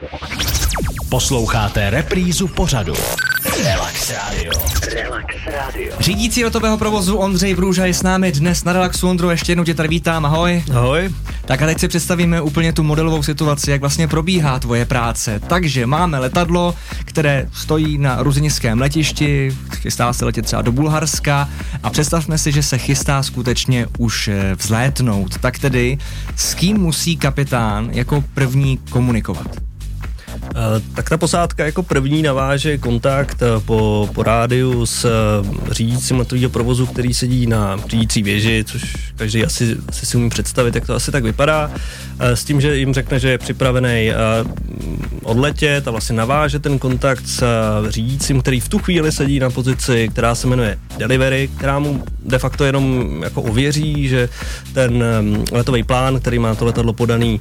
Posloucháte reprízu pořadu Relax Radio. Řídící letového provozu Ondřej Vrůža je s námi dnes na Relaxu. Ondro, ještě jednou tě tady vítám, ahoj. Ahoj. Tak a teď si představíme úplně tu modelovou situaci, jak vlastně probíhá tvoje práce. Takže máme letadlo, které stojí na ruzynickém letišti, chystá se letět třeba do Bulharska a představme si, že se chystá skutečně už vzlétnout. Tak tedy s kým musí kapitán jako první komunikovat? Tak ta posádka jako první naváže kontakt po rádiu s řídícím letového provozu, který sedí na řídící věži, což každý asi si umí představit, jak to asi tak vypadá, s tím, že jim řekne, že je připravený odletět a vlastně naváže ten kontakt s řídícím, který v tu chvíli sedí na pozici, která se jmenuje Delivery, která mu de facto jenom jako ověří, že ten letový plán, který má to letadlo podaný,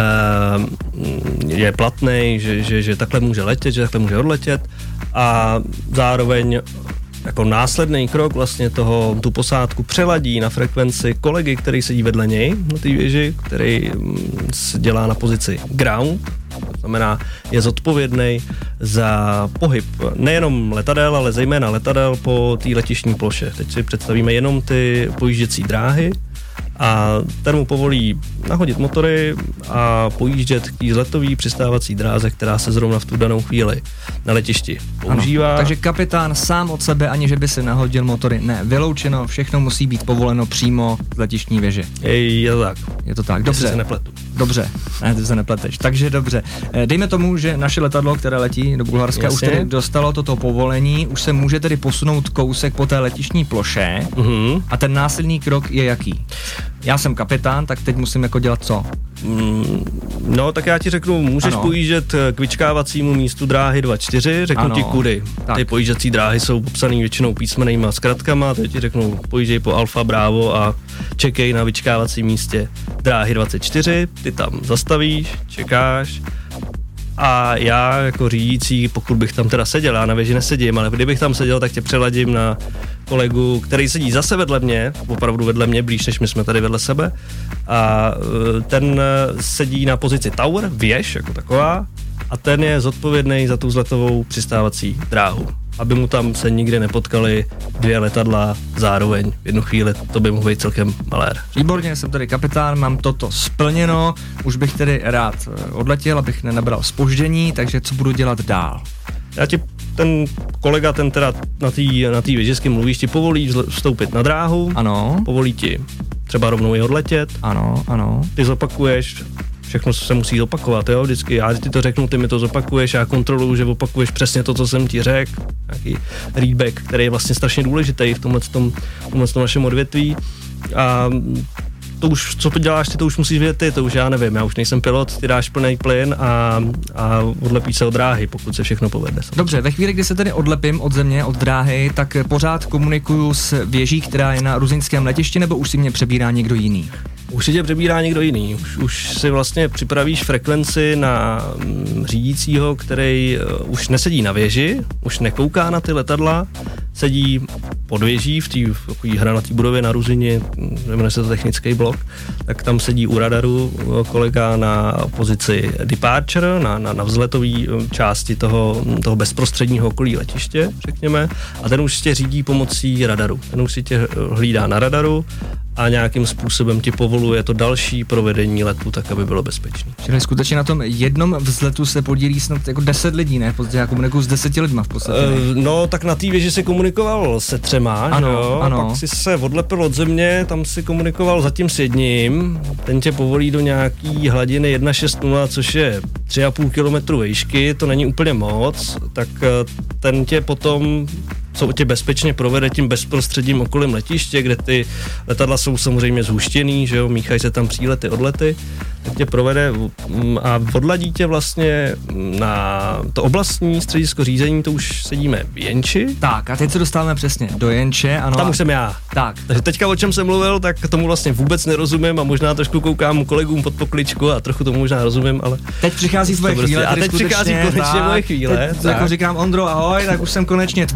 je platný, že takhle může letět, že takhle může odletět a zároveň jako následný krok vlastně tu posádku přeladí na frekvenci kolegy, který sedí vedle něj na té věži, který dělá na pozici ground, to znamená je zodpovědný za pohyb nejenom letadel, ale zejména letadel po té letištní ploše. Teď si představíme jenom ty pojížděcí dráhy a ten mu povolí nahodit motory a pojíždět k té vzletové přistávací dráze, která se zrovna v tu danou chvíli na letišti používá. Ano, takže kapitán sám od sebe, ani že by si nahodil motory, ne, vyloučeno, všechno musí být povoleno přímo z letištní věže. Je to tak. Je to tak, dobře. Se nepletu. Dobře, ne, ty se nepleteš. Takže dobře. Dejme tomu, že naše letadlo, které letí do Bulharska, už tedy dostalo toto povolení, už se může tedy posunout kousek po té letištní ploše a ten následný krok je jaký? Já jsem kapitán, tak teď musím jako dělat co? No, tak já ti řeknu, můžeš pojíždět k vyčkávacímu místu dráhy 24, řeknu ti kudy. Tak. Ty pojížděcí dráhy jsou popsané většinou písmenejma zkratkama, teď ti řeknu, pojížděj po Alfa Bravo a čekej na vyčkávacím místě dráhy 24, ty tam zastavíš, čekáš a já jako řídící, pokud bych tam teda seděl, já na věži nesedím, ale kdybych tam seděl, tak tě přeladím na kolegu, který sedí zase vedle mě, opravdu vedle mě, blíž než my jsme tady vedle sebe a ten sedí na pozici tower, věž jako taková a ten je zodpovědný za tu vzletovou přistávací dráhu, aby mu tam se nikdy nepotkaly dvě letadla zároveň v jednu chvíli, to by mohl být celkem malér. Výborně, jsem tady kapitán, mám toto splněno, už bych tedy rád odletěl, abych nenabral zpoždění, takže co budu dělat dál? Ten kolega, ten teda na té věži, s kým mluvíš, ti povolí vstoupit na dráhu, ano. Povolí ti třeba rovnou i odletět, ano. Ty zopakuješ, všechno se musí zopakovat, jo, vždycky já ti to řeknu, ty mi to zopakuješ, já kontroluju, že opakuješ přesně to, co jsem ti řekl, nějaký readback, který je vlastně strašně důležitý v tomhle našem odvětví a to už, co děláš ty, to už musíš vědět ty, to už já nevím, já už nejsem pilot, ty dáš plný plyn a odlepíš se od dráhy, pokud se všechno povede. Dobře, ve chvíli, kdy se tedy odlepím od země, od dráhy, tak pořád komunikuju s věží, která je na ruzyňském letišti, nebo už si mě přebírá někdo jiný? Už si tě přebírá někdo jiný, už si vlastně připravíš frekvenci na řídícího, který už nesedí na věži, už nekouká na ty letadla, sedí pod věží v té hranatý budově na Ruzyni, jmenuje se to technický blok, tak tam sedí u radaru kolega na pozici departure, na vzletové části toho bezprostředního okolí letiště, řekněme, a ten už tě řídí pomocí radaru, ten už si tě hlídá na radaru a nějakým způsobem ti povoluje to další provedení letu, tak aby bylo bezpečný. Čili skutečně na tom jednom vzletu se podílí snad jako 10 lidí, ne? Protože já komunikuju s 10 lidma v podstatě. No, tak na té věži si komunikoval se 3, ano. Pak si se odlepil od země, tam si komunikoval zatím s jedním, ten tě povolí do nějaký hladiny 1,60, což je 3,5 kilometru výšky, to není úplně moc, tak ten tě potom co tě bezpečně provede tím bezprostředním okolím letiště, kde ty letadla jsou samozřejmě zhuštěný, že jo, míchají se tam přílety, odlety, tak tě provede a odladí tě vlastně na to oblastní středisko řízení, to už sedíme v Jenči. Tak a teď se dostáváme přesně do Jenče, ano. Tam už jsem já. Tak. Takže teďka o čem jsem mluvil, tak tomu vlastně vůbec nerozumím a možná trošku koukám kolegům pod pokličku a trochu tomu možná rozumím, ale... Teď přichází tvoje chvíle. A teď přichází konečně moje chvíle. Teď jako říkám, Ondro, ahoj, tak už jsem konečně tvůj, je to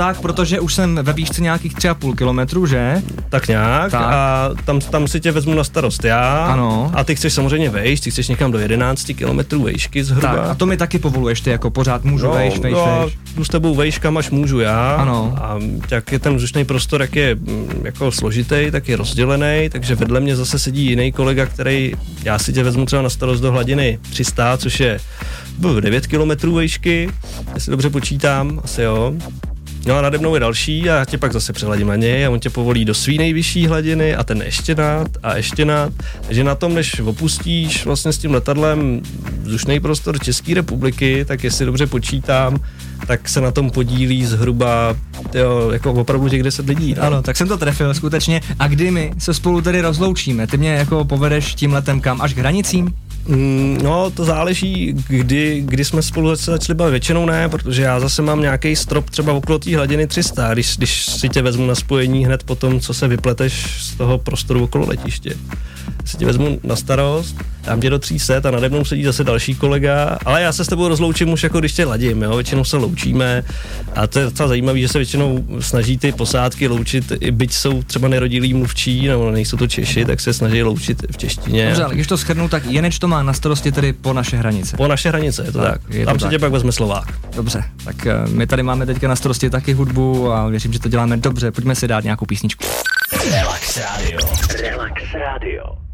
tak, protože už jsem ve výšce nějakých 3,5 kilometrů, že? Tak nějak tak. A tam si tě vezmu na starost já. Ano. A ty chceš samozřejmě vejš, ty chceš někam do 11 kilometrů vejšky zhruba. Tak a to mi taky povoluješ ty, jako pořád můžu vejš. Jdu s tebou vejš, kam až můžu já. Ano. A jak je ten vzdušný prostor, jak je jako složitý, tak je rozdělený, takže vedle mě zase sedí jiný kolega, který, já si tě vezmu třeba na starost do hladiny 300, což je 9 kilometrů vejšky, jestli dobře počítám, asi jo. No a nade mnou je další a já tě pak zase přehladím na něj a on tě povolí do svý nejvyšší hladiny a ten ještě nad a ještě nad. Takže na tom, než opustíš vlastně s tím letadlem vzdušný prostor České republiky, tak jestli dobře počítám, tak se na tom podílí zhruba jako opravdu těch 10 lidí. No? Ano, tak jsem to trefil skutečně. A kdy my se spolu tedy rozloučíme? Ty mě jako povedeš tím letem kam? Až k hranicím? No, to záleží, kdy jsme spolu začali bavit. Většinou ne, protože já zase mám nějaký strop třeba okolo té hladiny 300, když si tě vezmu na spojení hned po tom, co se vypleteš z toho prostoru okolo letiště. Si tě vezmu na starost, dám tě do 300 a nade mnou sedí zase další kolega, ale já se s tebou rozloučím už jako když tě ladím, jo, většinou se loučíme a to je docela zajímavé, že se většinou snaží ty posádky loučit, byť jsou třeba nerodilí mluvčí, nebo nejsou to Češi, tak se snaží loučit v češtině. Dobře, ale když to shrnu, tak Jeneč to má na starosti tedy po naše hranice. Po naše hranice, je to tak. Tam se tě pak vezme Slovák. Dobře, tak my tady máme teďka na starosti taky hudbu a věřím, že to děláme dobře. Pojďme si dát nějakou písničku. Relax Radio. Relax Radio.